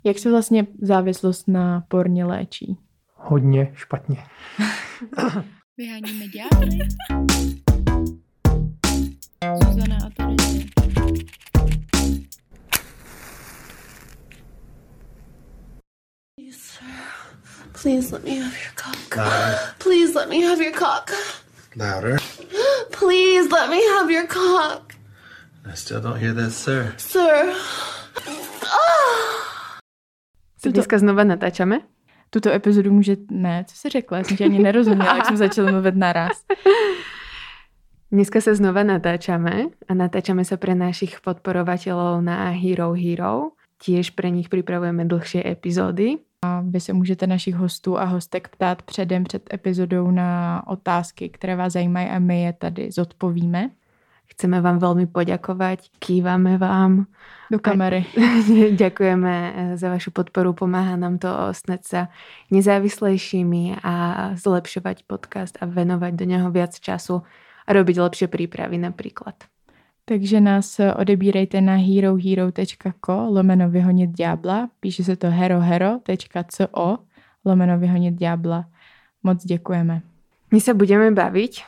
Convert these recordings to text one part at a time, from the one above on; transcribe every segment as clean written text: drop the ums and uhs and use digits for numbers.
Jak se vlastně závislost na porně léčí? Hodně špatně. Vyháníme ďábly. Zuzana a Terezie. Please let me have your cock. Louder. Please let me have your cock. Louder. Please let me have your cock. I still don't hear this, sir. Sir. Co dneska znova natáčame? Tuto epizodu může... Ne, co jsi řekla? Já jsem ti ani nerozuměla, jak jsme začali mluvit naraz. Dneska sa znova natáčame a natáčame sa pre našich podporovateľov na Hero Hero. Tiež pre nich pripravujeme dlhšie epizódy. A vy se můžete našich hostů a hostek ptát předem před epizodou na otázky, které vás zajímají a my je tady zodpovíme. Chceme vám veľmi poďakovať, kývame vám. Do kamery. Ďakujeme za vašu podporu, pomáha nám to stať sa nezávislejšími a zlepšovať podcast a venovať do neho viac času a robiť lepšie prípravy napríklad. Takže nás odebírejte na herohero.co/vyhonit ďábla. Píše se to herohero.co/vyhonit ďábla. Moc děkujeme. My sa budeme baviť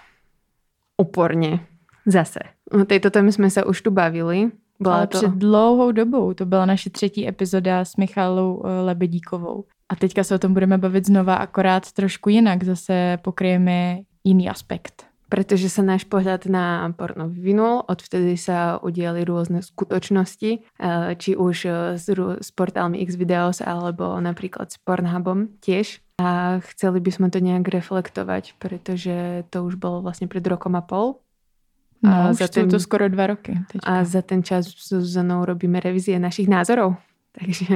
úporne. Zase. O tejto téme jsme se už tu bavili. Ale před dlouhou dobou. To byla naše 3. epizoda s Michalou Lebedíkovou. A teďka se o tom budeme bavit znova, akorát trošku jinak. Zase pokryjeme jiný aspekt. Pretože sa náš pohľad na porno vyvinul. Odvtedy sa udiali rôzne skutočnosti, či už s portálmi Xvideos alebo napríklad s Pornhubom tiež. A chceli by sme to nejak reflektovať, pretože to už bolo vlastne pred rokom a pol. No, už sú to skoro 2 roky. Teďka. A za ten čas s Zuzanou robíme revízie našich názorov. Takže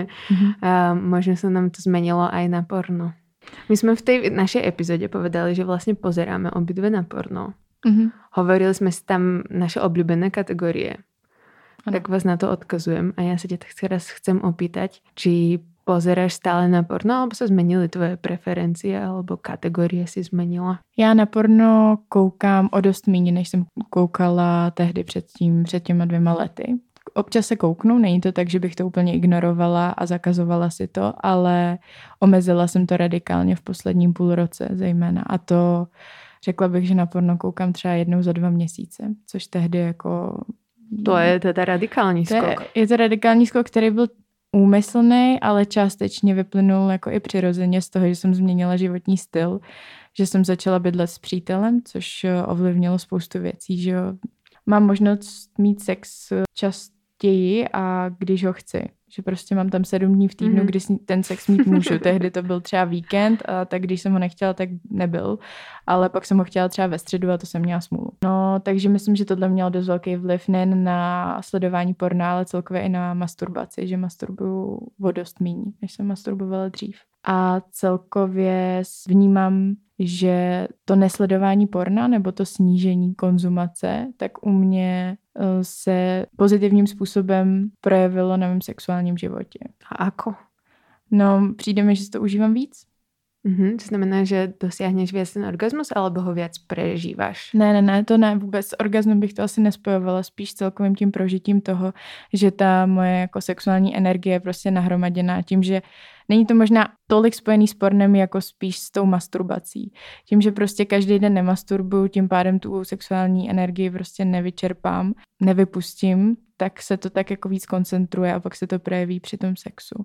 možno sa nám to zmenilo aj na porno. My sme v tej našej epizóde povedali, že vlastne pozeráme obidve na porno. Hovorili sme si tam naše obľúbené kategórie. Ano. Tak vás na to odkazujem. A ja sa ťa teraz chcem opýtať, či pozeráš stále na porno, alebo sa zmenily tvoje preferencie, alebo kategorie si zmenila? Já na porno koukám o dost méně, než jsem koukala tehdy před těma 2 lety. Občas se kouknu, není to tak, že bych to úplně ignorovala a zakazovala si to, ale omezila jsem to radikálně v posledním půlroce zejména. A to řekla bych, že na porno koukám třeba 1 za 2 měsíce, což tehdy jako... To je teda radikální skok. Je to radikální skok, který byl úmyslný, ale částečně vyplynul jako i přirozeně z toho, že jsem změnila životní styl, že jsem začala bydlet s přítelem, což ovlivnilo spoustu věcí, že mám možnost mít sex častěji a když ho chci. Že prostě mám tam 7 dní v týdnu, kdy ten sex mít můžu. Tehdy to byl třeba víkend a tak když jsem ho nechtěla, tak nebyl. Ale pak jsem ho chtěla třeba ve středu a to jsem měla smůlu. No, takže myslím, že tohle mělo dost velký vliv nejen na sledování porna, ale celkově i na masturbaci, že masturbuju o dost míň, než jsem masturbovala dřív. A celkově vnímám, že to nesledování porna nebo to snížení konzumace, tak u mě se pozitivním způsobem projevilo na mém sexuálním životě. A ako? No, přijde mi, že si to užívám víc. To znamená, že dosiahneš viac ten orgasmus, alebo ho viac prežíváš? Ne, to ne, vůbec s orgasmem bych to asi nespojovala, spíš celkovým tím prožitím toho, že ta moje jako sexuální energie je prostě nahromaděná tím, že není to možná tolik spojený s pornem, jako spíš s tou masturbací. Tím, že prostě každý den nemasturbuju, tím pádem tu sexuální energii prostě nevyčerpám, nevypustím, tak se to tak jako víc koncentruje a pak se to projeví při tom sexu.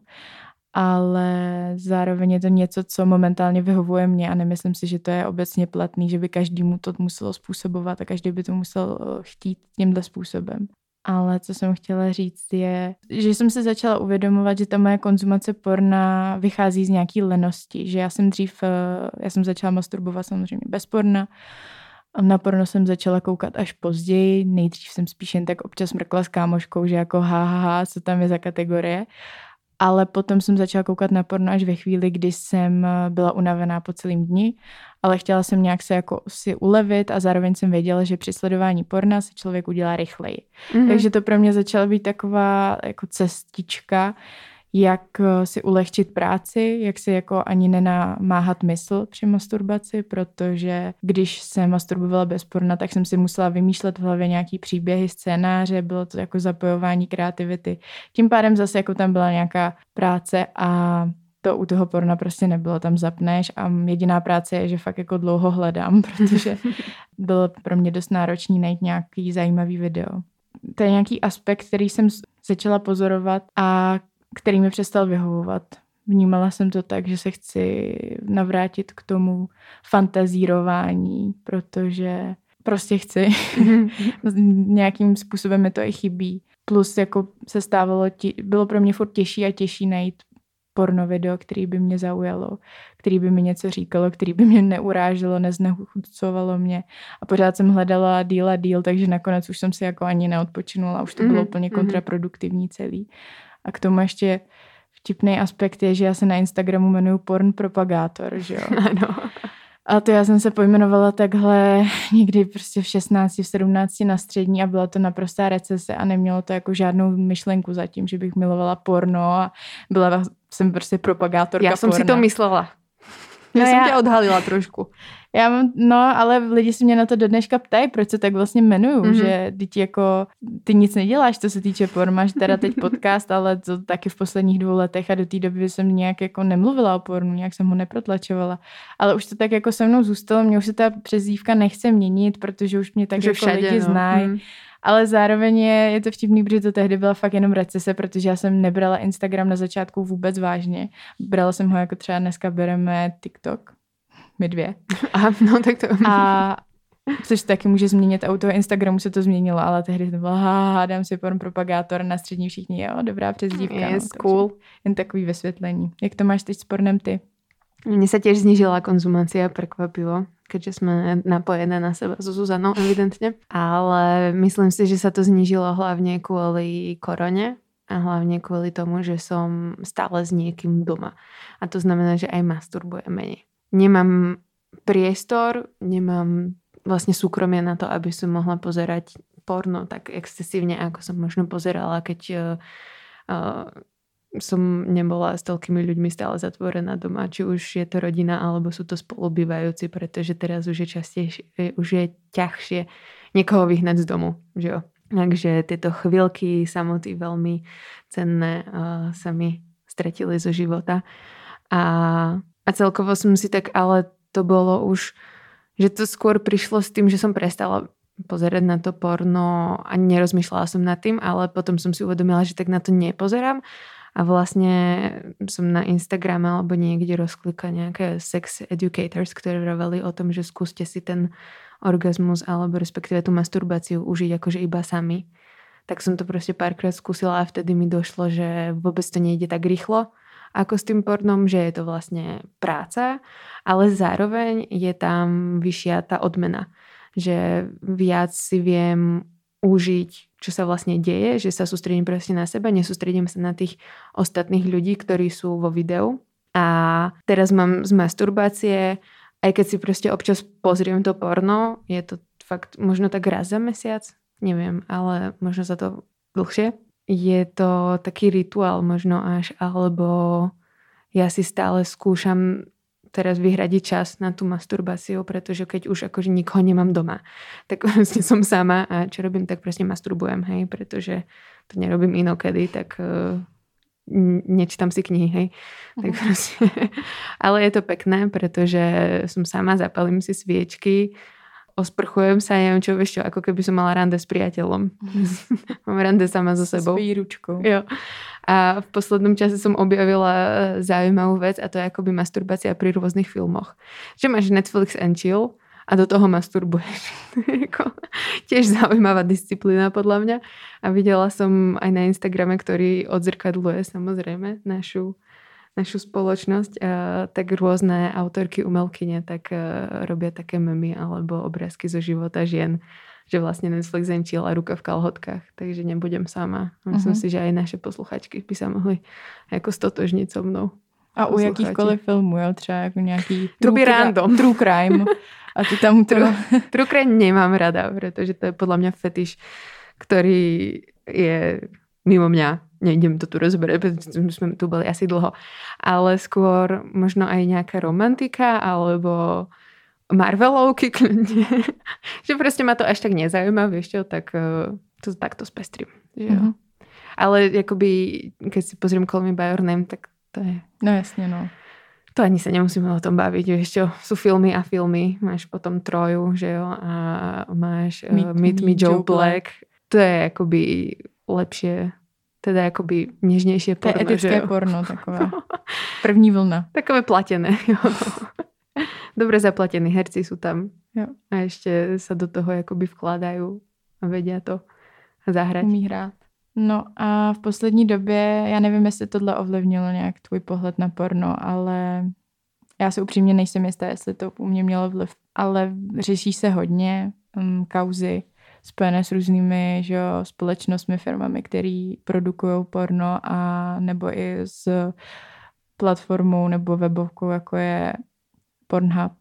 Ale zároveň je to něco, co momentálně vyhovuje mě a nemyslím si, že to je obecně platný, že by každému to muselo způsobovat a každý by to musel chtít tímhle způsobem. Ale co jsem chtěla říct je, že jsem se začala uvědomovat, že ta moje konzumace porna vychází z nějaký lenosti, že já jsem začala masturbovat samozřejmě bez porna, na porno jsem začala koukat až později, nejdřív jsem spíš jen tak občas mrkla s kámoškou, že jako co tam je za kategorie. Ale potom jsem začala koukat na porno až ve chvíli, kdy jsem byla unavená po celým dni, ale chtěla jsem nějak se jako si ulevit a zároveň jsem věděla, že při sledování porna se člověk udělá rychleji. Takže to pro mě začala být taková jako cestička, jak si ulehčit práci, jak si jako ani nenamáhat mysl při masturbaci, protože když jsem masturbovala bez porna, tak jsem si musela vymýšlet v hlavě nějaký příběhy, scénáře, bylo to jako zapojování kreativity. Tím pádem zase jako tam byla nějaká práce a to u toho porna prostě nebylo, tam zapneš a jediná práce je, že fakt jako dlouho hledám, protože bylo pro mě dost náročný najít nějaký zajímavý video. To je nějaký aspekt, který jsem začala pozorovat a který mi přestal vyhovovat. Vnímala jsem to tak, že se chci navrátit k tomu fantazírování, protože prostě chci. Nějakým způsobem mi to i chybí. Plus jako se stávalo, bylo pro mě furt těžší a těžší najít porno video, který by mě zaujalo, který by mi něco říkalo, který by mě neuráželo, neznechucovalo mě. A pořád jsem hledala díl, takže nakonec už jsem si jako ani neodpočinula, už to bylo úplně kontraproduktivní celý. A k tomu ještě vtipný aspekt je, že já se na Instagramu jmenuji porn propagátor, že jo? Ano. A to já jsem se pojmenovala takhle někdy prostě v 16, v 17 na střední a byla to naprostá recese a nemělo to jako žádnou myšlenku zatím, že bych milovala porno a jsem prostě propagátorka porna. Já jsem si to myslela. Já jsem tě odhalila trošku. Ale lidi si mě na to do dneška ptají, proč se tak vlastně jmenuju, že ty nic neděláš, co se týče porn, máš teda teď podcast, ale to taky v posledních 2 letech a do té doby jsem nějak jako nemluvila o pornu, nějak jsem ho neprotlačovala, ale už to tak jako se mnou zůstalo, mě už se ta přezdívka nechce měnit, protože už mě tak že jako všade, lidi znají. Ale zároveň je to vtipný, protože to tehdy byla fakt jenom recese, protože já jsem nebrala Instagram na začátku vůbec vážně. Brala jsem ho jako třeba dneska bereme TikTok. My 2. Aha, no tak to... A což taky může změnit, a u toho Instagramu se to změnilo, ale tehdy to bylo, dám si porn propagátor, na střední všichni, jo, dobrá přezdívka. Yes, cool. Jen takový vysvětlení. Jak to máš teď s pornem ty? Mne sa tiež znížila konzumácia, prekvapivo, keďže sme napojené na seba so Zuzanou, evidentne. Ale myslím si, že sa to znížilo hlavne kvôli korone a hlavne kvôli tomu, že som stále s niekým doma. A to znamená, že aj masturbujem menej. Nemám priestor, nemám vlastne súkromie na to, aby som mohla pozerať porno tak excesívne, ako som možno pozerala, keď som nebola s toľkými ľuďmi stále zatvorená doma, či už je to rodina, alebo sú to spolubývajúci, pretože teraz už je ťažšie niekoho vyhnať z domu, že jo. Takže tieto chvíľky samoty veľmi cenné sa mi stratili zo života. A celkovo som si tak, ale to bolo už, že to skôr prišlo s tým, že som prestala pozerať na to porno a nerozmýšľala som nad tým, ale potom som si uvedomila, že tak na to nepozerám. A vlastne som na Instagrame alebo niekde rozklikla nejaké sex educators, ktoré vraveli o tom, že skúste si ten orgazmus alebo respektíve tú masturbáciu užiť akože iba sami. Tak som to proste párkrát skúsila a vtedy mi došlo, že vôbec to nejde tak rýchlo ako s tým pornom, že je to vlastne práca, ale zároveň je tam vyššia tá odmena. Že viac si viem užiť, čo sa vlastne deje, že sa sústredím proste na seba, nesústredím sa na tých ostatných ľudí, ktorí sú vo videu. A teraz mám z masturbácie, aj keď si proste občas pozriem to porno, je to fakt možno tak raz za mesiac, neviem, ale možno za to dlhšie. Je to taký rituál možno až, alebo ja si stále skúšam teraz vyhradiť čas na tú masturbáciu, pretože keď už akože nikoho nemám doma, tak vlastne som sama a čo robím, tak presne masturbujem, hej, pretože to nerobím inokedy, tak nečítam si knihy, hej. Tak proste. Ale je to pekné, pretože som sama, zapalím si sviečky, osprchujem sa, neviem čo, vieš čo, ako keby som mala rande s priateľom. Mám rande sama so sebou. Svojí ručkou. Jo. A v poslednom čase som objavila zaujímavú vec a to je akoby masturbácia pri rôznych filmoch. Že máš Netflix and chill a do toho masturbuješ. Tiež zaujímavá disciplína podľa mňa. A videla som aj na Instagrame, ktorý odzrkadluje samozrejme našu spoločnosť, tak rôzne autorky, umelkyne tak robia také memy alebo obrázky zo života žien, že vlastne Netflix and chill a ruka v kalhotkách, takže nebudem sama. Myslím si, že aj naše posluchačky by sa mohli jako stotožniť so mnou. A u jakýchkoliv filmů, jo? Třeba jako nějaký True crime. A ty tam True crime nemám rada, pretože to je podľa mňa fetiš, ktorý je mimo mňa. Nejdem to tu rozberať, pretože sme tu boli asi dlho. Ale skôr možno aj nejaká romantika alebo Marvelovky kľudne. Že proste ma to až tak nezaujíma, vieš čo, tak to takto spestrím. Mm-hmm. Ale akoby, keď si pozriem Call Me By Your Name, tak to je... No jasne, no. To ani sa nemusíme o tom baviť, vieš čo. Sú filmy a filmy. Máš potom Troju, že jo, a máš Meet Me Joe Black. To je akoby lepšie, teda akoby nežnejšie porno. To je etické porno, takové. První vlna. Takové platené, jo. Dobre zaplatení herci sú tam. Jo. A ešte sa do toho akoby vkladajú a vedia to zahrať. Umí hrát. No a v poslední době, já nevím, jestli tohle ovlivnilo nějak tvůj pohled na porno, ale já si upřímně nejsem jistá, jestli to u mě mělo vliv, ale řeší se hodně kauzy spojené s různými, že jo, společnostmi, firmami, který produkují porno a nebo i s platformou nebo webovkou, jako je Pornhub.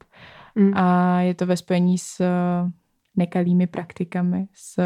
A je to ve spojení s nekalými praktikami,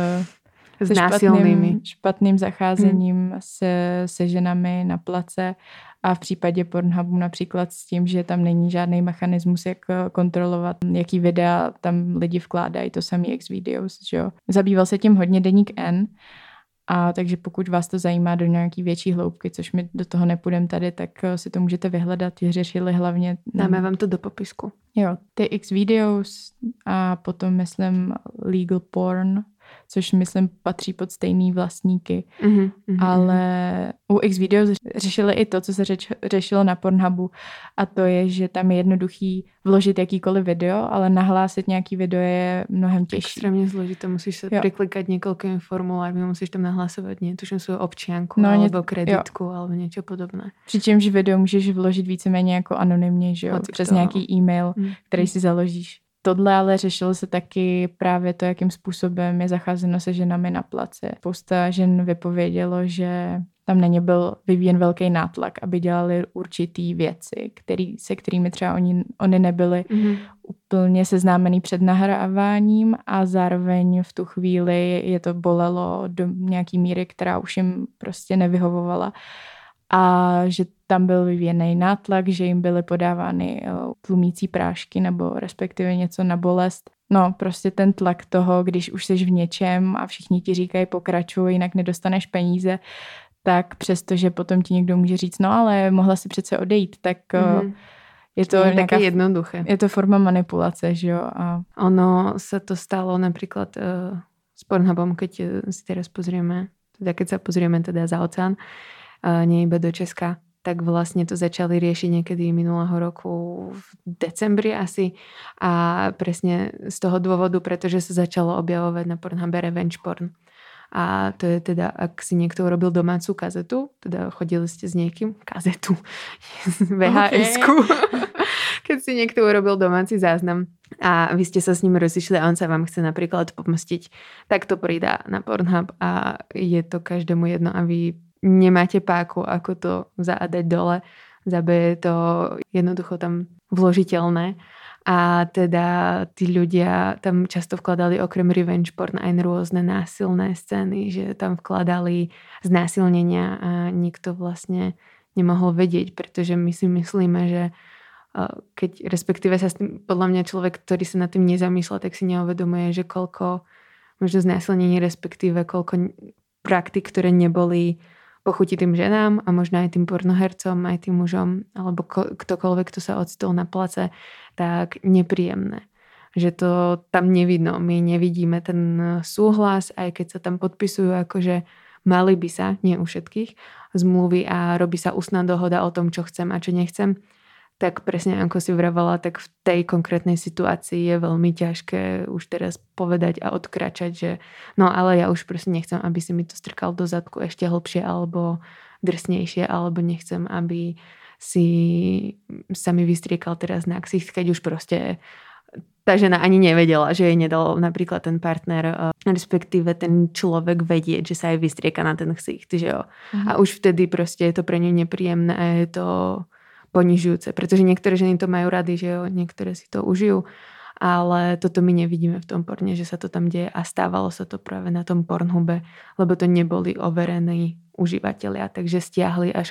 s špatným zacházením se ženami na place a v případě Pornhubu například s tím, že tam není žádný mechanismus, jak kontrolovat, jaký videa tam lidi vkládají, to samý Xvideos, že jo. Zabýval se tím hodně deník N, a takže pokud vás to zajímá do nějaký větší hloubky, což my do toho nepůjdeme tady, tak si to můžete vyhledat. Řešili hlavně... Dáme vám to do popisku. Jo, ty Xvideos a potom myslím Legal Porn, což myslím patří pod stejný vlastníky. Ale u Xvideos řešili i to, co se řešilo na Pornhubu, a to je, že tam je jednoduchý vložit jakýkoliv video, ale nahlásit nějaký video je mnohem těžší. Extrémně zložité, musíš se priklikať niekoľkými formulármi, musíš tam nahlasovat tuším svoju občianku alebo kreditku alebo niečo podobné. Přičemž video můžeš vložit víceméně jako anonymně, že jo, přes nějaký e-mail, který si založíš. Tohle ale řešilo se taky právě to, jakým způsobem je zacházeno se ženami na place. Spousta žen vypovědělo, že tam na ně byl vyvíjen velký nátlak, aby dělali určitý věci, se kterými třeba oni nebyli úplně seznámený před nahráváním a zároveň v tu chvíli je to bolelo do nějaký míry, která už jim prostě nevyhovovala. A že tam byl vyvíjený nátlak, že jim byly podávány tlumící prášky nebo respektive něco na bolest. No, prostě ten tlak toho, když už jsi v něčem a všichni ti říkají pokračuj, jinak nedostaneš peníze, tak přestože potom ti někdo může říct, no ale mohla si přece odejít, tak je to také jednoduché. Je to forma manipulace, že jo? A... Ono sa to stalo napríklad s Pornhubom, keď si teraz pozrieme, teda keď sa pozrieme teda za oceán, nie iba do Česka, tak vlastne to začali riešiť niekedy minulého roku v decembri asi a presne z toho dôvodu, pretože sa začalo objavovať na Pornhube revenge porn. A to je teda, ak si niekto urobil domácu kazetu, teda chodili ste s niekým, kazetu, VHS-ku, keď si niekto urobil domáci záznam a vy ste sa s ním rozišli a on sa vám chce napríklad pomstiť, tak to pridá na Pornhub a je to každému jedno a vy nemáte páku, ako to zadať dole. Za B je to jednoducho tam vložiteľné. A teda tí ľudia tam často vkladali okrem revenge porn aj rôzne násilné scény, že tam vkladali znásilnenia a nikto vlastne nemohol vedieť, pretože my si myslíme, že keď respektíve sa s tým, podľa mňa človek, ktorý sa nad tým nezamýšľa, tak si neuvedomuje, že koľko možno znásilnení, respektíve koľko praktik, ktoré neboli pochutí tým ženám a možno aj tým pornohercom, aj tým mužom, alebo ktokoľvek, kto sa ocitol na place, tak nepríjemné. Že to tam nevidno. My nevidíme ten súhlas, aj keď sa tam podpisujú, akože mali by sa, nie u všetkých, zmluvy a robí sa ústna dohoda o tom, čo chcem a čo nechcem. Tak presne ako si vravala, tak v tej konkrétnej situácii je veľmi ťažké už teraz povedať a odkračať, že no ale ja už proste nechcem, aby si mi to strkal do zadku ešte hlbšie alebo drsnejšie, alebo nechcem, aby si sa mi vystriekal teraz na ksicht, keď už proste tá žena ani nevedela, že jej nedal napríklad ten partner, respektíve ten človek vedieť, že sa jej vystrieka na ten ksicht, že jo. A už vtedy proste je to pre ňu nepríjemné a je to ponižujúce, pretože niektoré ženy to majú rady, že jo, niektoré si to užijú ale toto my nevidíme v tom porne, že sa to tam deje a stávalo sa to práve na tom Pornhube, lebo to neboli overení užívateľia, takže stiahli až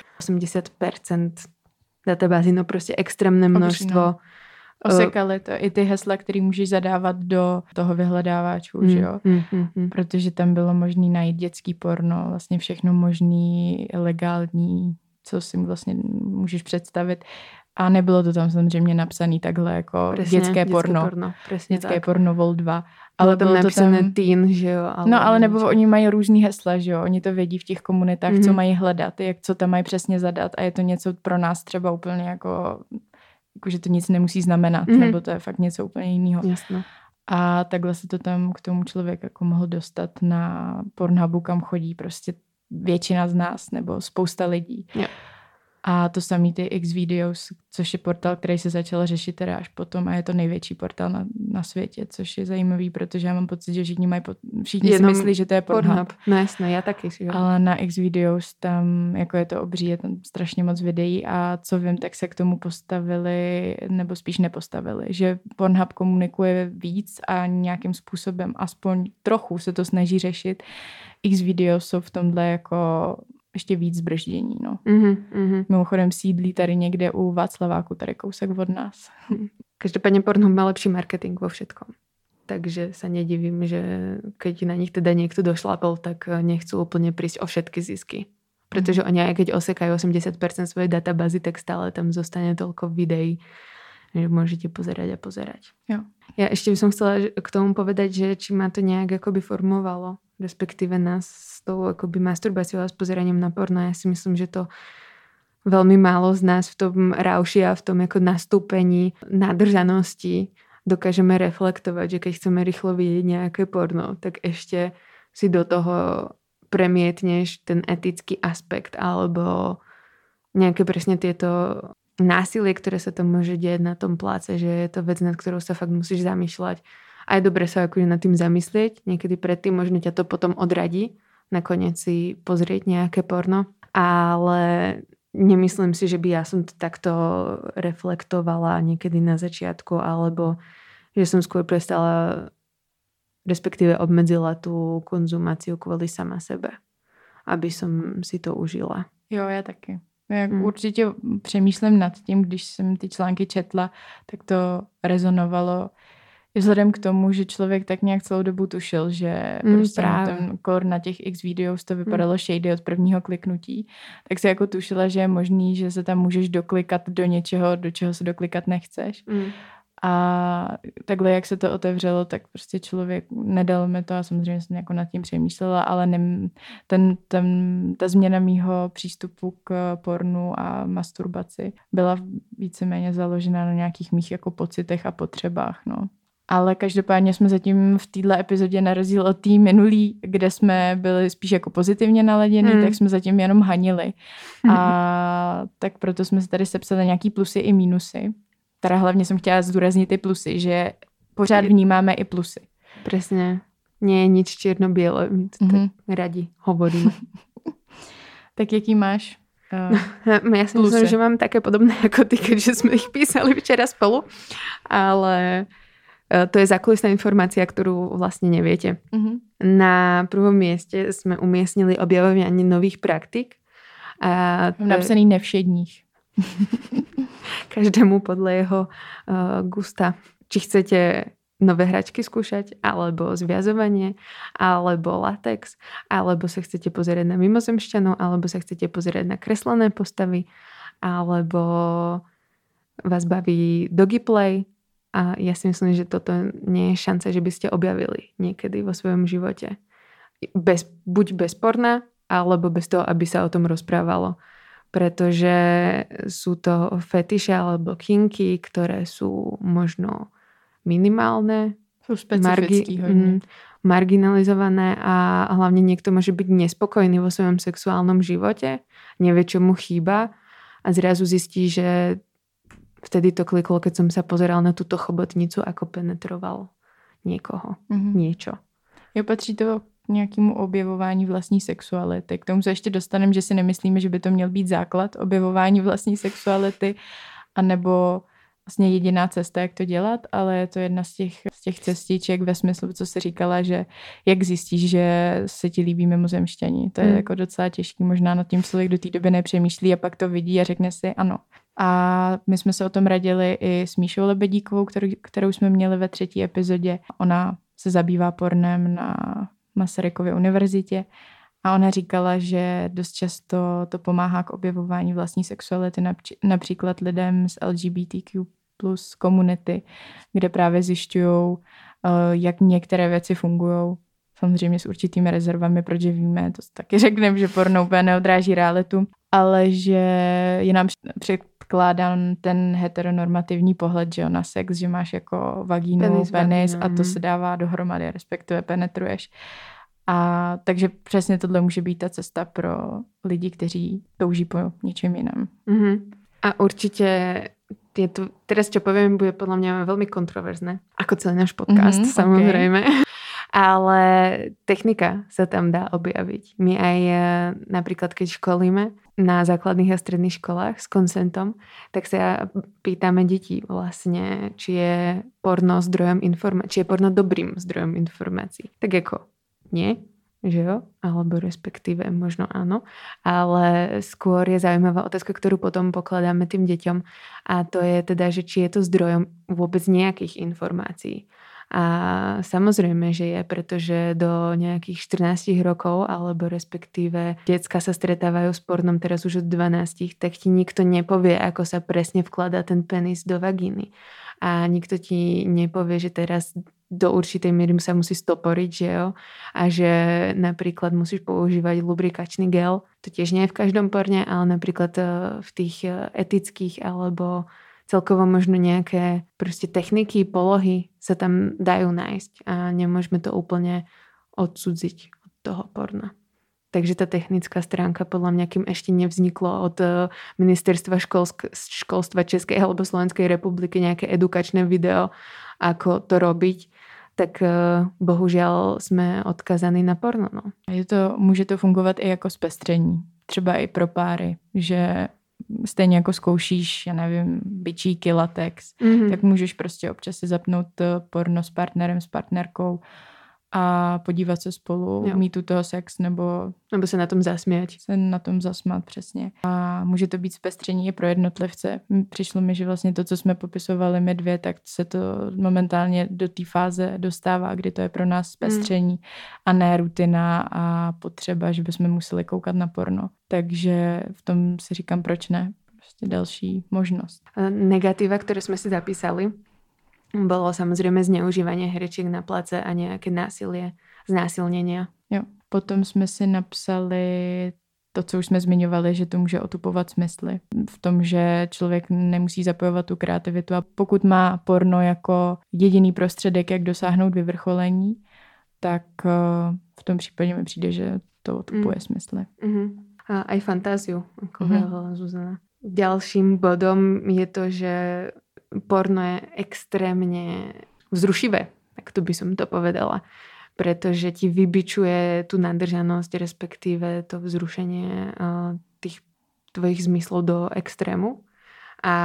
80% databázy, no prostě extrémne množstvo. Osekali to i ty hesla, které můžeš zadávat do toho vyhledávačů, že jo? Protože tam bylo možné najít dětský porno, vlastně všechno možný, legální, co si vlastně můžeš představit. A nebylo to tam samozřejmě napsané takhle jako Presne, dětské porno. Dětské porno Vol 2. Ale bylo to napsané tam teen, že jo? Ale nebo oni mají různý hesla, že jo? Oni to vědí v těch komunitách, co mají hledat, co tam mají přesně zadat a je to něco pro nás třeba úplně jako že to nic nemusí znamenat, nebo to je fakt něco úplně jiného. Jasno. A takhle se to tam k tomu člověk jako mohl dostat na Pornhubu, kam chodí prostě většina z nás, nebo spousta lidí. Jo. A to samý ty Xvideos, což je portál, který se začal řešit teda až potom a je to největší portál na světě, což je zajímavý, protože já mám pocit, že všichni si myslí, že to je Pornhub. No jasno, já taky. Že? Ale na Xvideos tam jako je to obří, je tam strašně moc videí a co vím, tak se k tomu postavili, nebo spíš nepostavili, že Pornhub komunikuje víc a nějakým způsobem aspoň trochu se to snaží řešit. Xvideos jsou v tomhle jako ještě víc zbrždění. No. Mimochodem sídlí tady někde u Václaváku, tady kousek od nás. Každopádně Pornhub má lepší marketing vo všetkom. Takže sa nedivím, že keď na nich teda niekto došlapel, tak nechcú úplne prísť o všetky zisky. Pretože oni aj keď osekajú 80% svojej databázy, tak stále tam zostane toľko videí, že môžete pozerať a pozerať. Jo. Ja ešte by som chcela k tomu povedať, že či ma to nejak akoby formovalo, respektíve nás s tou akoby masturbáciou a s pozeraním na porno. Ja si myslím, že to veľmi málo z nás v tom rauši a v tom ako nastúpení nadržanosti dokážeme reflektovať, že keď chceme rýchlo vidieť nejaké porno, tak ešte si do toho premietneš ten etický aspekt alebo nejaké presne tieto násilie, ktoré sa tam môže diať na tom pláce, že je to vec, nad ktorou sa fakt musíš zamýšľať. A je dobre sa akože nad tým zamyslieť. Niekedy predtým možno ťa to potom odradí nakoniec si pozrieť nejaké porno. Ale nemyslím si, že by ja som to takto reflektovala niekedy na začiatku, alebo že som skôr prestala, respektíve obmedzila tú konzumáciu kvôli sama sebe, aby som si to užila. Jo, já taky. Já určitě přemýšlím nad tím, když jsem ty články četla, tak to rezonovalo i vzhledem k tomu, že člověk tak nějak celou dobu tušil, že prostě ten kor na těch Xvideos to vypadalo shady od prvního kliknutí, tak si jako tušila, že je možný, že se tam můžeš doklikat do něčeho, do čeho se doklikat nechceš. A takhle, jak se to otevřelo, tak prostě člověk nedal mi to a samozřejmě jsem jako nad tím přemýšlela, ale ta změna mýho přístupu k pornu a masturbaci byla víceméně založena na nějakých mých jako pocitech a potřebách, no. Ale každopádně jsme zatím v této epizodě na rozdíl od té minulý, kde jsme byli spíš jako pozitivně naladěni, tak jsme zatím jenom hanili. A tak proto jsme si tady sepsali nějaký plusy i mínusy. Teda hlavně jsem chtěla zdůraznit ty plusy, že pořád vnímáme i plusy. Presne. Nie je nič čierno-biele. My to tak radi hovoríme. Tak jaký máš? Ja si myslím, že mám také podobné ako ty, keďže sme ich písali včera spolu. Ale to je zákulisná informácia, ktorú vlastne neviete. Na prvom mieste sme umiestnili objavovanie nových praktik. Napsaný nevšedních. Každému podľa jeho gusta. Či chcete nové hračky skúšať, alebo zviazovanie, alebo latex, alebo sa chcete pozerať na mimozemšťanov, alebo sa chcete pozerať na kreslené postavy, alebo vás baví doggy play. A ja si myslím, že toto nie je šanca, že by ste objavili niekedy vo svojom živote. Buď bez porna, alebo bez toho, aby sa o tom rozprávalo. Pretože sú to fetiše alebo kinky, ktoré sú možno minimálne, sú specifický marginalizované a hlavne niekto môže byť nespokojný vo svojom sexuálnom živote, nevie, čo mu chýba a zrazu zistí, že vtedy to kliklo, keď som sa pozeral na túto chobotnicu, ako penetroval niekoho, niečo. Jo, patří to nějakému objevování vlastní sexuality. K tomu se ještě dostaneme, že si nemyslíme, že by to měl být základ objevování vlastní sexuality, anebo vlastně jediná cesta, jak to dělat, ale je to jedna z těch cestiček ve smyslu, co jsi říkala, že jak zjistíš, že se ti líbí mimozemšťani. To je jako docela těžký, možná nad tím člověk do té doby nepřemýšlí a pak to vidí a řekne si ano. A my jsme se o tom radili i s Míšou Lebedíkovou, kterou jsme měli ve 3. epizodě. Ona se zabývá pornem na Masarykově univerzitě a ona říkala, že dost často to pomáhá k objevování vlastní sexuality, například lidem z LGBTQ plus komunity, kde právě zjišťují, jak některé věci fungují. Samozřejmě s určitými rezervami, protože víme, to taky řekneme, že porno úplně neodráží realitu, ale že je nám předkládán ten heteronormativní pohled, že na sex, že máš jako vagínu, penis a to se dává dohromady, respektive penetruješ. A takže přesně tohle může být ta cesta pro lidi, kteří touží po něčem jiném. A určite je to, teraz čo poviem, bude podľa mňa veľmi kontroverzné, ako celý náš podcast, samozrejme. Okay. Ale technika sa tam dá objaviť. My aj napríklad, keď školíme na základných a stredných školách s konsentom, tak sa pýtame detí vlastne, či je porno zdrojom informácií, či je porno dobrým zdrojom informácií. Tak ako nie, že jo? Alebo respektíve možno áno. Ale skôr je zaujímavá otázka, ktorú potom pokladáme tým deťom. A to je teda, že či je to zdrojom vôbec nejakých informácií. A samozrejme, že je, pretože do nejakých 14 rokov, alebo respektíve decka sa stretávajú s pornom teraz už od 12, tak ti nikto nepovie, ako sa presne vkladá ten penis do vagíny. A nikto ti nepovie, že teraz do určitej miery sa musí stoporiť, že jo? A že napríklad musíš používať lubrikačný gel. To tiež nie je v každom porne, ale napríklad v tých etických alebo celkovo možno nejaké proste techniky, polohy sa tam dajú nájsť a nemôžeme to úplne odsudziť od toho porna. Takže tá technická stránka podľa mňa, kým ešte nevzniklo od ministerstva školstva Českej alebo Slovenskej republiky nejaké edukačné video, ako to robiť, tak bohužiaľ sme odkazaní na porno. No. Může to fungovat i jako zpestření. Třeba i pro páry, že stejně jako zkoušíš, já nevím, bičíky, latex, tak můžeš prostě občas si zapnout porno s partnerem, s partnerkou a podívat se spolu, mít u toho sex, nebo se na tom zasmět. Se na tom zasmát, přesně. A může to být zpestření i pro jednotlivce. Přišlo mi, že vlastně to, co jsme popisovali my dvě, tak se to momentálně do té fáze dostává, kdy to je pro nás zpestření a ne rutina a potřeba, že bychom museli koukat na porno. Takže v tom si říkám, proč ne? Prostě další možnost. Negatíva, ktoré sme si zapísali, bolo samozrejme zneužívanie herečiek na place a nejaké násilie, znásilnenia. Jo. Potom jsme si napsali to, co už jsme zmiňovali, že to může otupovat smysly. V tom, že člověk nemusí zapojovat tu kreativitu a pokud má porno jako jediný prostředek, jak dosáhnout vyvrcholení, tak v tom případě mi přijde, že to otupuje smysly. A aj fantáziu, ako hovorila Zuzana. Ďalším bodom je to, že porno je extrémne vzrušivé, tak to by som to povedala, pretože ti vybičuje tú nadržanosť, respektíve to vzrušenie tých tvojich zmyslov do extrému a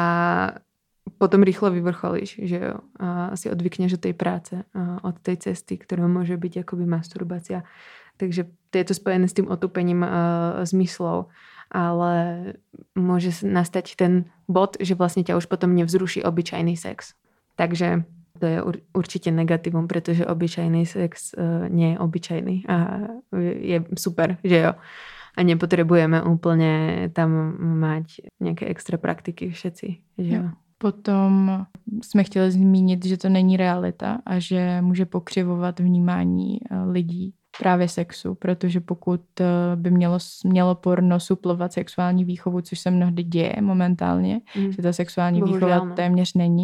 potom rýchlo vyvrcholíš, že jo, si odvykneš od tej práce, od tej cesty, ktorá môže byť akoby masturbácia. Takže je to spojené s tým otupením zmyslov, ale môže nastať ten bod, že vlastne ťa už potom nevzruší obyčajný sex. Takže to je určite negatívum, pretože obyčajný sex nie je obyčajný a je super, že jo. A nepotrebujeme úplne tam mať nejaké extra praktiky všetci, že jo. Potom jsme chtěli zmínit, že to není realita a že může pokřivovat vnímání lidí právě sexu, protože pokud by mělo porno suplovat sexuální výchovu, což se mnohdy děje momentálně, že ta sexuální výchova téměř není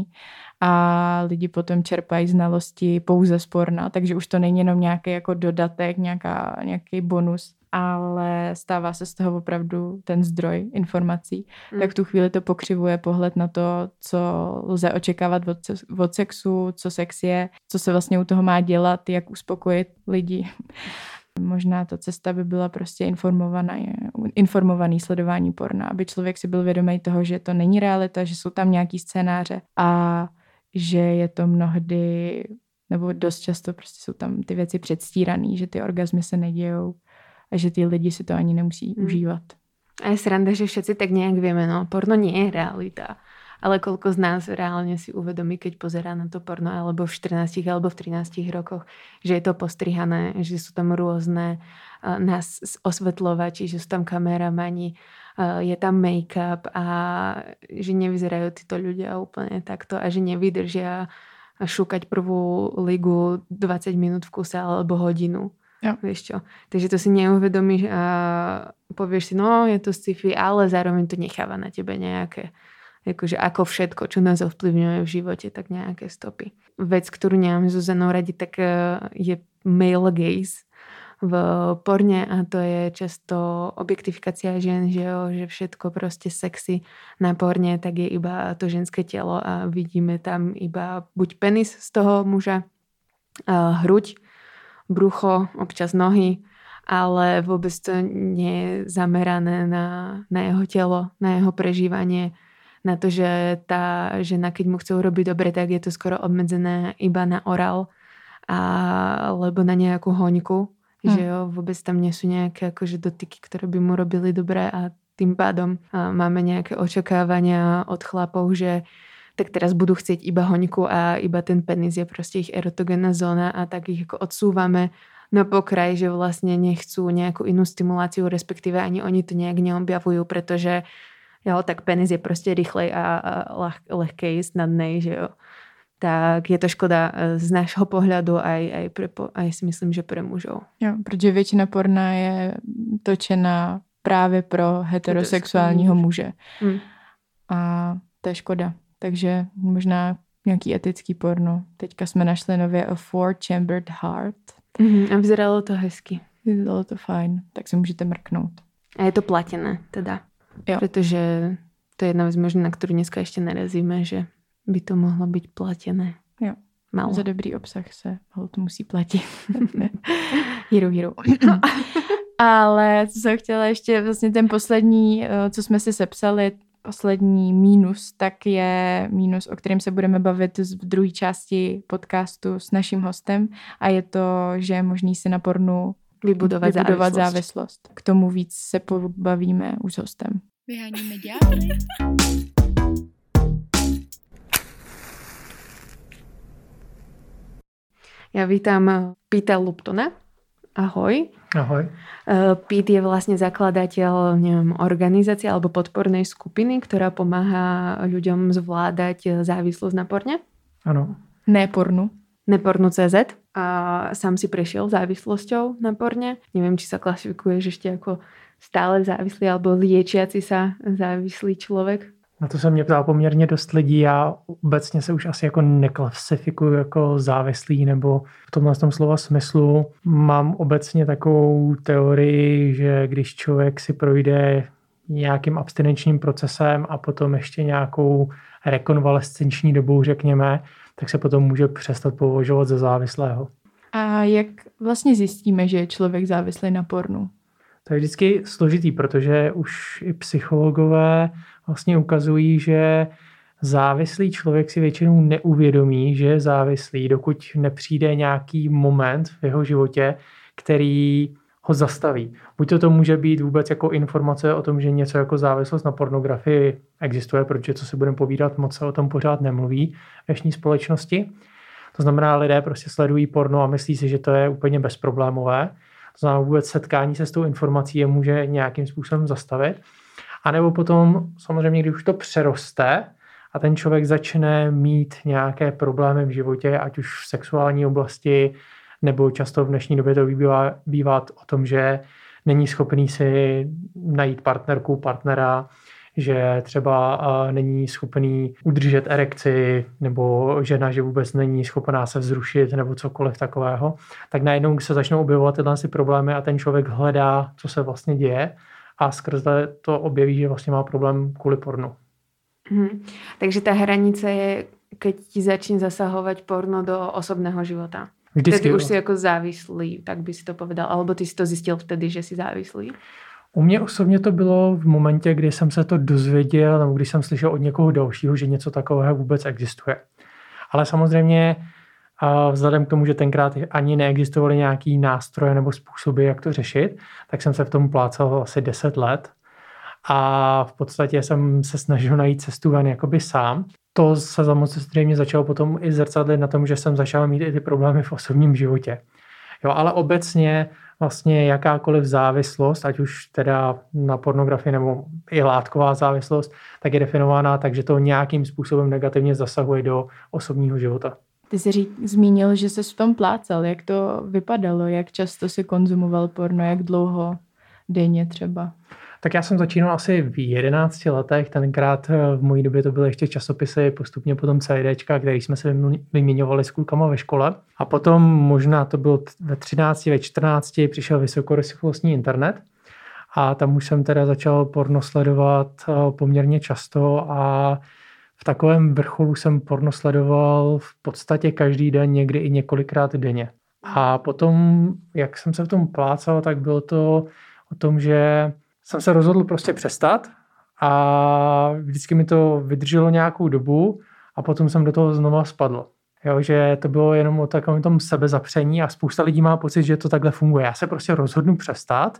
a lidi potom čerpají znalosti pouze z porna, takže už to není jenom nějaký jako dodatek, nějaký bonus, ale stává se z toho opravdu ten zdroj informací. Tak v tu chvíli to pokřivuje pohled na to, co lze očekávat od sexu, co sex je, co se vlastně u toho má dělat, jak uspokojit lidi. Možná ta cesta by byla prostě informovaný sledování porna, aby člověk si byl vědomý toho, že to není realita, že jsou tam nějaký scénáře a že je to mnohdy, nebo dost často prostě jsou tam ty věci předstíraný, že ty orgazmy se nedějou a že ty lidi si to ani nemusí užívat. A je sranda, že všetci tak nejak vieme, no, porno nie je realita. Ale koľko z nás reálne si uvedomí, keď pozerá na to porno alebo v 14 alebo v 13 rokoch, že je to postrihané, že sú tam rôzne nás osvetľovači, že sú tam kameramani, je tam make-up a že nevyzerajú títo ľudia úplne takto a že nevydržia šúkať prvú ligu 20 minút v kuse alebo hodinu. Jo. Vieš čo? Takže to si neuvedomíš a povieš si, no je to sci-fi, ale zároveň to necháva na tebe nejaké akože ako všetko, čo nás ovplyvňuje v živote, tak nejaké stopy. Vec, ktorú nemáme s Zuzanou radi, tak je male gaze v porne a to je často objektifikácia žien, že všetko proste sexy na porne, tak je iba to ženské telo a vidíme tam iba buď penis z toho muža, hruď, brucho, občas nohy, ale vôbec to nie je zamerané na jeho telo, na jeho prežívanie, na to, že tá žena, keď mu chce urobiť dobre, tak je to skoro obmedzené iba na orál alebo na nejakú hoňku, že jo, vôbec tam nie sú nejaké akože dotyky, ktoré by mu robili dobre a tým pádom máme nejaké očakávania od chlapov, že tak teraz budú chcieť iba hoňku a iba ten penis je proste ich erotogénna zóna a tak ich ako odsúvame na pokraj, že vlastne nechcú nejakú inú stimuláciu, respektíve ani oni to nejak neobjavujú, pretože jo, tak penis je prostě rychlej a lehkej, snadnej, že jo. Tak je to škoda z nášho pohľadu aj si myslím, že pre mužov. Jo, protože většina porna je točena právě pro heterosexuálního muže. A to je škoda. Takže možná nějaký etický porno. Teďka jsme našli nově A Four-Chambered Heart. A vyzeralo to hezky. Vyzeralo to fajn, tak si můžete mrknout. A je to platené teda. Jo. Pretože to je jedna vec možná, na ktorú dneska ešte narazíme, že by to mohlo byť platené. Jo. Malo. Za dobrý obsah se to musí platit. Hero. Ale co jsem chtěla ještě, vlastně ten poslední, co jsme si sepsali, poslední mínus, tak je mínus, o kterém se budeme bavit v druhé části podcastu s naším hostem a je to, že je možný si na pornu vybudovat závislost. K tomu víc se pobavíme už s hostem. Vyháníme ďábly. Ja vítam Pita Luptona. Ahoj. Ahoj. Pete je vlastne zakladateľ organizácie alebo podpornej skupiny, ktorá pomáha ľuďom zvládať závislosť na porne. Ano. Nepornu.cz a sám si prešiel závislosťou na porne. Neviem, či sa klasifikuješ ešte ako stále závislý alebo liečiaci sa závislý človek. Na to se mě ptá poměrně dost lidí. Já obecně se už asi jako neklasifikuju jako závislý nebo v tomhle tom slova smyslu. Mám obecně takovou teorii, že když člověk si projde nějakým abstinenčním procesem a potom ještě nějakou rekonvalescenční dobou, řekněme, tak se potom může přestat považovat za závislého. A jak vlastně zjistíme, že je člověk závislý na pornu? To je vždycky složitý, protože už i psychologové vlastně ukazují, že závislý člověk si většinou neuvědomí, že je závislý, dokud nepřijde nějaký moment v jeho životě, který ho zastaví. Buď to může být vůbec jako informace o tom, že něco jako závislost na pornografii existuje, protože co si budeme povídat, moc se o tom pořád nemluví v dnešní společnosti. To znamená, lidé prostě sledují porno a myslí si, že to je úplně bezproblémové. To znamená, vůbec setkání se s tou informací je může nějakým způsobem zastavit. A nebo potom samozřejmě, když už to přeroste a ten člověk začne mít nějaké problémy v životě, ať už v sexuální oblasti, nebo často v dnešní době to bývá o tom, že není schopný si najít partnerku, partnera, že třeba není schopný udržet erekci, nebo žena, že vůbec není schopná se vzrušit, nebo cokoliv takového, tak najednou se začnou objevovat tyhle problémy a ten člověk hledá, co se vlastně děje a skrze to objeví, že vlastně má problém kvůli pornu. Takže tá hranica je, keď ti začne zasahovať porno do osobného života. Vždycky. Vtedy už si jako závislý, tak by si to povedal, alebo ty si to zjistil vtedy, že si závislý? U mě osobně to bylo v momentě, kdy jsem se to dozvěděl, nebo když jsem slyšel od někoho dalšího, že něco takového vůbec existuje. Ale samozřejmě vzhledem k tomu, že tenkrát ani neexistovaly nějaký nástroje nebo způsoby, jak to řešit, tak jsem se v tom plácal asi 10 let. A v podstatě jsem se snažil najít cestu ven jakoby sám. To se samozřejmě začalo potom i zrcadlit na tom, že jsem začal mít i ty problémy v osobním životě. Jo, ale obecně vlastně jakákoliv závislost, ať už teda na pornografii nebo i látková závislost, tak je definována tak, že to nějakým způsobem negativně zasahuje do osobního života. Ty jsi zmínil, že jsi v tom plácal. Jak to vypadalo? Jak často si konzumoval porno? Jak dlouho denně třeba? Tak já jsem začínal asi v 11 letech, tenkrát v mojí době to byly ještě časopisy, postupně potom CDčka, které jsme se vyměňovali s klukama ve škole. A potom možná to bylo ve 13, ve 14 přišel vysokorychlostní internet a tam už jsem teda začal porno sledovat poměrně často a v takovém vrcholu jsem porno sledoval v podstatě každý den, někdy i několikrát denně. A potom, jak jsem se v tom plácal, tak bylo to o tom, že jsem se rozhodl prostě přestat a vždycky mi to vydrželo nějakou dobu a potom jsem do toho znova spadl. Jo, že to bylo jenom o takovém tom sebezapření a spousta lidí má pocit, že to takhle funguje. Já se prostě rozhodnu přestat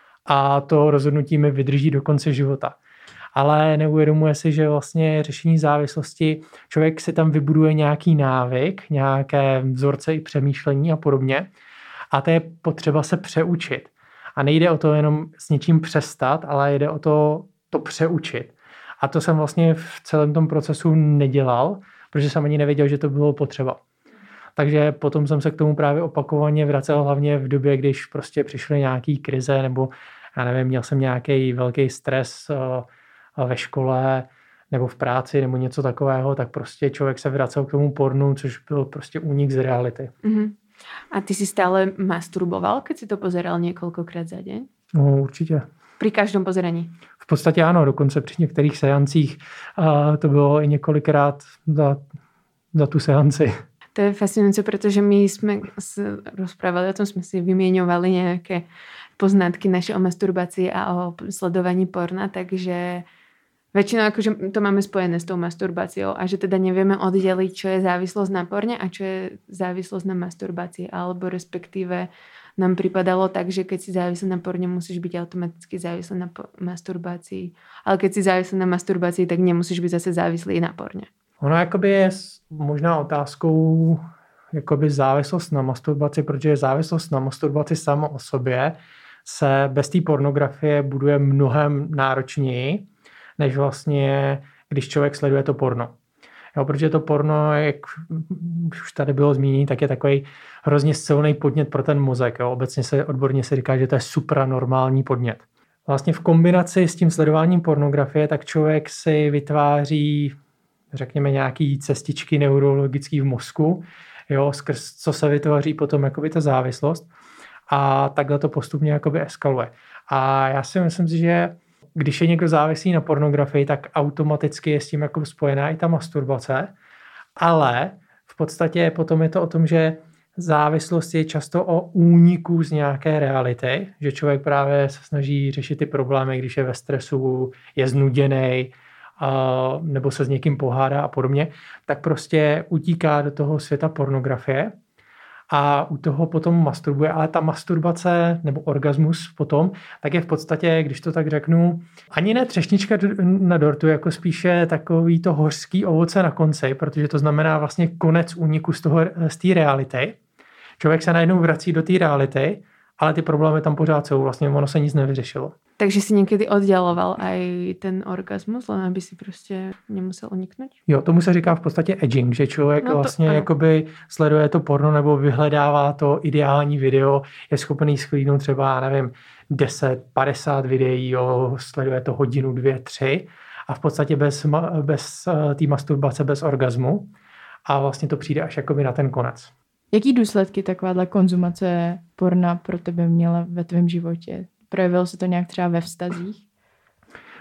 a to rozhodnutí mi vydrží do konce života. Ale neuvědomuje si, že vlastně řešení závislosti, člověk si tam vybuduje nějaký návyk, nějaké vzorce i přemýšlení a podobně a to je potřeba se přeučit. A nejde o to jenom s něčím přestat, ale jde o to přeučit. A to jsem vlastně v celém tom procesu nedělal, protože jsem ani nevěděl, že to bylo potřeba. Takže potom jsem se k tomu právě opakovaně vracel, hlavně v době, když prostě přišly nějaký krize, nebo já nevím, měl jsem nějaký velký stres ve škole nebo v práci nebo něco takového, tak prostě člověk se vracel k tomu pornu, což byl prostě únik z reality. Mm-hmm. A ty si stále masturboval, keď si to pozeral niekoľkokrát za deň? No, určitě. Pri každom pozeraní? V podstatě ano, dokonce při některých seancích to bylo i několikrát za tu seanci. To je fascinujúce, pretože my sme rozprávali o tom, sme si vymieňovali nejaké poznatky naše o masturbácii a o sledovaní porna, takže väčšinou akože to máme spojené s tou masturbáciou a že teda nevieme oddeliť, čo je závislosť na porne a čo je závislosť na masturbácii, alebo respektíve nám pripadalo tak, že keď si závislý na porne, musíš byť automaticky závislý na masturbácii. Ale keď si závislý na masturbácii, tak nemusíš byť zase závislý na porne. Ono jakoby je možná otázkou jakoby závislost na masturbaci, protože závislost na masturbaci sama o sobě se bez té pornografie buduje mnohem náročněji, než vlastně, když člověk sleduje to porno. Jo, protože to porno, jak už tady bylo zmíněno, tak je takový hrozně silný podnět pro ten mozek. Jo. Obecně odborně se říká, že to je supranormální podnět. Vlastně v kombinaci s tím sledováním pornografie, tak člověk si vytváří, řekněme, nějaký cestičky neurologický v mozku, jo, skrz co se vytváří potom jakoby ta závislost a takhle to postupně jakoby eskaluje. A já si myslím, že když je někdo závislý na pornografii, tak automaticky je s tím jako spojená i ta masturbace, ale v podstatě potom je to o tom, že závislost je často o úniku z nějaké reality, že člověk právě se snaží řešit ty problémy, když je ve stresu, je znuděnej, nebo se s někým pohádá a podobně, tak prostě utíká do toho světa pornografie a u toho potom masturbuje, ale ta masturbace nebo orgasmus potom, tak je v podstatě, když to tak řeknu, ani ne třešnička na dortu, jako spíše takový to hořský ovoce na konci, protože to znamená vlastně konec úniku z té reality. Člověk se najednou vrací do té reality, ale ty problémy tam pořád jsou, vlastně ono se nic nevyřešilo. Takže si někdy odděloval aj ten orgasmus, len aby si prostě nemusel uniknout? Jo, tomu se říká v podstatě edging, že člověk vlastně jakoby sleduje to porno nebo vyhledává to ideální video, je schopný shlídnout třeba, nevím, 10, 50 videí, jo, sleduje to hodinu, 2, 3 a v podstatě bez té masturbace, bez orgasmu a vlastně to přijde až jakoby na ten konec. Jaký důsledky takováhle konzumace porna pro tebe měla ve tvém životě? Projevilo se to nějak třeba ve vztazích?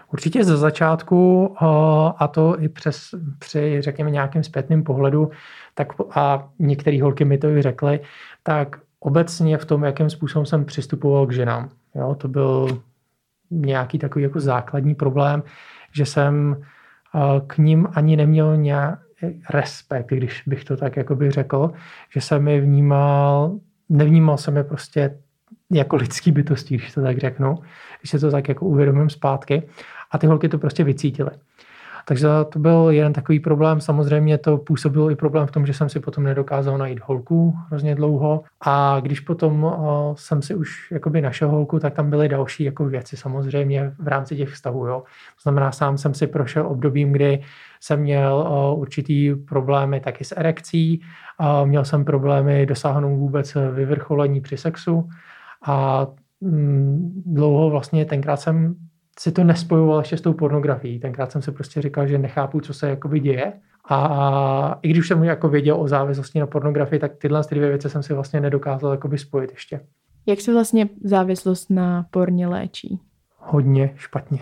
Určitě ze začátku, a to i při, řekněme, nějakém zpětném pohledu, tak a některé holky mi to i řekly, tak obecně v tom, jakým způsobem jsem přistupoval k ženám. Jo, to byl nějaký takový jako základní problém, že jsem k ním ani neměl nějaký respekt, když bych to tak jakoby řekl, že jsem je nevnímal jsem je prostě jako lidský bytosti, když to tak řeknu, když se to tak jako uvědomím zpátky. A ty holky to prostě vycítily. Takže to byl jeden takový problém. Samozřejmě to působilo i problém v tom, že jsem si potom nedokázal najít holku hrozně dlouho. A když potom jsem si už jakoby našel holku, tak tam byly další jako věci samozřejmě v rámci těch vztahů. Jo. To znamená, sám jsem si prošel obdobím, kdy jsem měl určitý problémy taky s erekcí. Měl jsem problémy dosáhnout vůbec vyvrcholení při sexu. A dlouho vlastně tenkrát jsem si to nespojoval ještě s tou pornografií. Tenkrát jsem si prostě říkal, že nechápu, co se jakoby děje. A i když jsem jako věděl o závislosti na pornografii, tak tyhle dvě věci jsem si vlastně nedokázal jakoby spojit ještě. Jak se vlastně závislost na porně léčí? Hodně špatně.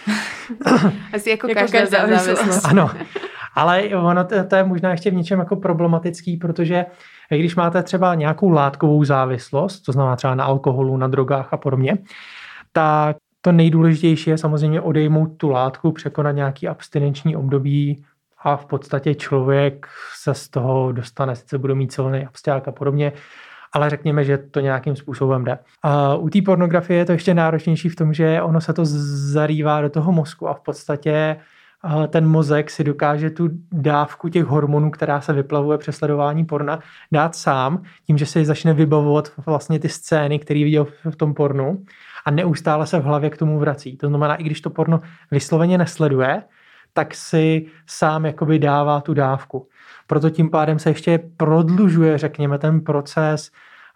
Asi jako každá závislost. Ano, ale ono to je možná ještě v něčem jako problematický, protože když máte třeba nějakou látkovou závislost, to znamená třeba na alkoholu, na drogách a podobně, tak to nejdůležitější je samozřejmě odejmout tu látku, překonat nějaký abstinenční období a v podstatě člověk se z toho dostane, sice bude mít silný absťák a podobně, ale řekněme, že to nějakým způsobem jde. A u té pornografie je to ještě náročnější v tom, že ono se to zarývá do toho mozku a v podstatě ten mozek si dokáže tu dávku těch hormonů, která se vyplavuje při sledování porna, dát sám, tím, že si začne vybavovat vlastně ty scény, které viděl v tom pornu a neustále se v hlavě k tomu vrací. To znamená, i když to porno vysloveně nesleduje, tak si sám jakoby dává tu dávku. Proto tím pádem se ještě prodlužuje, řekněme, ten proces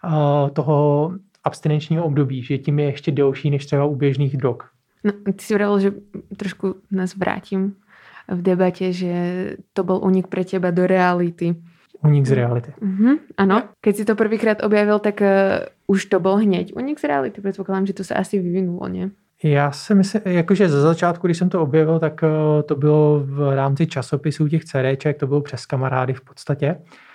toho abstinenčního období, že tím je ještě delší než třeba u běžných drog. No, ty si vravil, že trošku nás vrátim v debate, že to bol únik pre teba do reality. Únik z reality. Áno. Keď si to prvýkrát objavil, tak už to bol hneď únik z reality. Predpokladám, že to sa asi vyvinulo, nie? Já si myslím, jakože ze začátku, když jsem to objevil, tak to bylo v rámci časopisů těch CDček, to bylo přes kamarády v podstatě.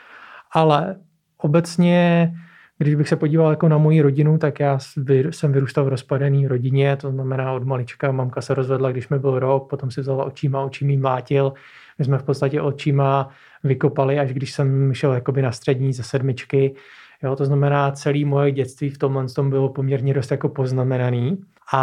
Ale obecně, když bych se podíval jako na moji rodinu, tak já jsem vyrůstal v rozpadené rodině, to znamená od malička. Mamka se rozvedla, když mi byl rok, potom si vzala očíma, očí mlátil. My jsme v podstatě očíma vykopali, až když jsem šel jakoby na střední ze 7. Jo, to znamená, celé moje dětství v tomhle tom bylo poměrně dost jako poznamenaný.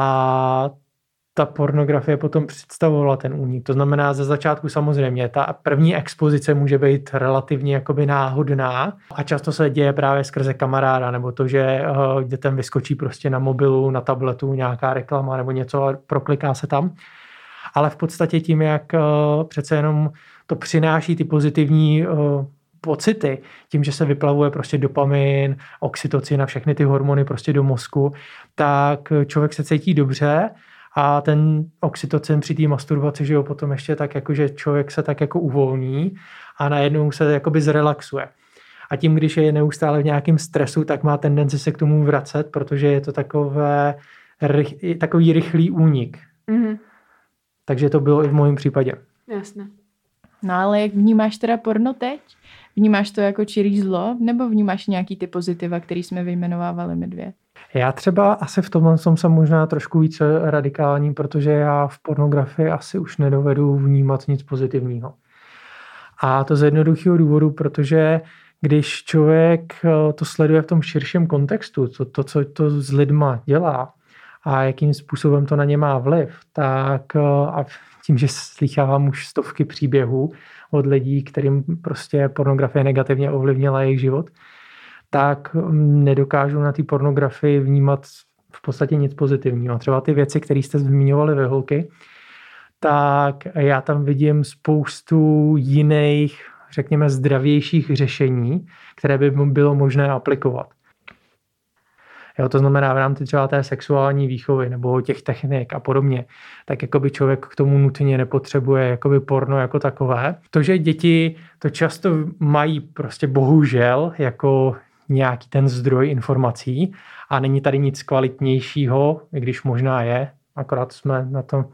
A ta pornografie potom představovala ten únik. To znamená, ze začátku samozřejmě ta první expozice může být relativně jakoby náhodná a často se děje právě skrze kamaráda, nebo to, že dětem vyskočí prostě na mobilu, na tabletu nějaká reklama nebo něco a prokliká se tam. Ale v podstatě tím, jak přece jenom to přináší ty pozitivní pocity, tím, že se vyplavuje prostě dopamin, oxytocin a všechny ty hormony prostě do mozku, tak člověk se cítí dobře a ten oxytocin při té masturbaci, že jo, potom ještě tak jako, že člověk se tak jako uvolní a najednou se jakoby zrelaxuje. A tím, když je neustále v nějakém stresu, tak má tendenci se k tomu vracet, protože je to takový rychlý únik. Mm-hmm. Takže to bylo i v mém případě. Jasné. No ale jak vnímáš teda porno teď? Vnímáš to jako čirý zlo, nebo vnímáš nějaký ty pozitiva, který jsme vyjmenovávali my dvě? Já třeba asi v tomhle jsem možná trošku víc radikální, protože já v pornografii asi už nedovedu vnímat nic pozitivního. A to z jednoduchého důvodu, protože když člověk to sleduje v tom širším kontextu, co to s lidma dělá a jakým způsobem to na ně má vliv, tak a tím, že slýchávám už stovky příběhů od lidí, kterým prostě pornografie negativně ovlivnila jejich život, tak nedokážu na té pornografii vnímat v podstatě nic pozitivního. Třeba ty věci, které jste zmiňovali ve holky, tak já tam vidím spoustu jiných, řekněme, zdravějších řešení, které by bylo možné aplikovat. Jo, to znamená v rámci třeba té sexuální výchovy nebo těch technik a podobně, tak jakoby člověk k tomu nutně nepotřebuje jakoby porno jako takové. To, že děti to často mají prostě bohužel jako nějaký ten zdroj informací a není tady nic kvalitnějšího, i když možná je, akorát jsme na to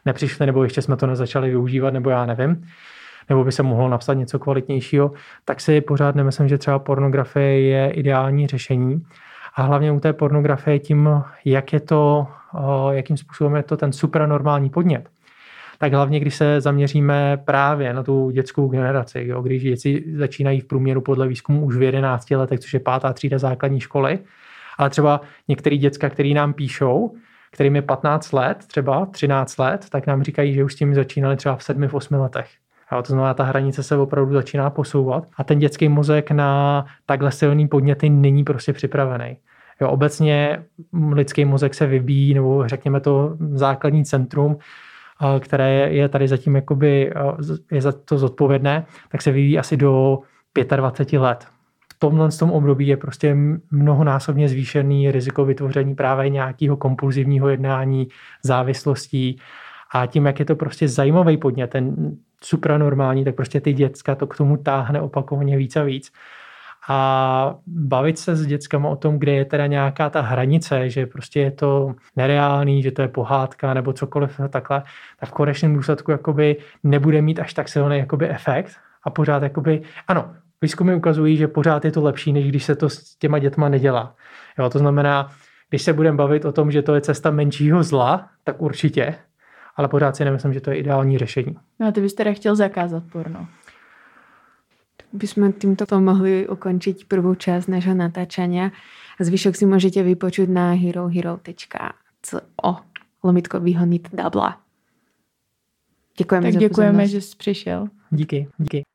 nepřišli, nebo ještě jsme to nezačali využívat, nebo já nevím, nebo by se mohlo napsat něco kvalitnějšího, tak si pořád nemyslím, že třeba pornografie je ideální řešení. A hlavně u té pornografie tím, jakým způsobem je to ten supranormální podnět. Tak hlavně, když se zaměříme právě na tu dětskou generaci, jo, když děti začínají v průměru podle výzkumu už v 11 letech, což je 5. třída základní školy, ale třeba některý děcka, který nám píšou, kterým je 15 let, třeba 13 let, tak nám říkají, že už s tím začínali třeba v 7, v 8 letech. Jo, to znamená, ta hranice se opravdu začíná posouvat a ten dětský mozek na takhle silný podněty není prostě připravený. Jo, obecně lidský mozek se vyvíjí, nebo řekněme to základní centrum, které je tady zatím je za to zodpovědné, tak se vyvíjí asi do 25 let. V tomhle období je prostě mnohonásobně zvýšený riziko vytvoření právě nějakého kompulzivního jednání, závislostí a tím, jak je to prostě zajímavý podnět, ten supranormální, tak prostě ty děcka to k tomu táhne opakovaně víc a víc. A bavit se s dětskama o tom, kde je teda nějaká ta hranice, že prostě je to nereálný, že to je pohádka nebo cokoliv takhle, tak v konečném důsledku nebude mít až tak silný efekt a pořád ano, výzkumy ukazují, že pořád je to lepší, než když se to s těma dětma nedělá. Jo, to znamená, když se budeme bavit o tom, že to je cesta menšího zla, tak určitě, ale pořád si nemyslím, že to je ideální řešení. No a ty bys teda chtěl zakázat porno. By sme týmto mohli ukončiť prvú časť nášho natáčania. Zvyšok si môžete vypočuť na herohero.co/výhonit dabla. Děkujeme, tak děkujeme, že jsi přišel. Díky.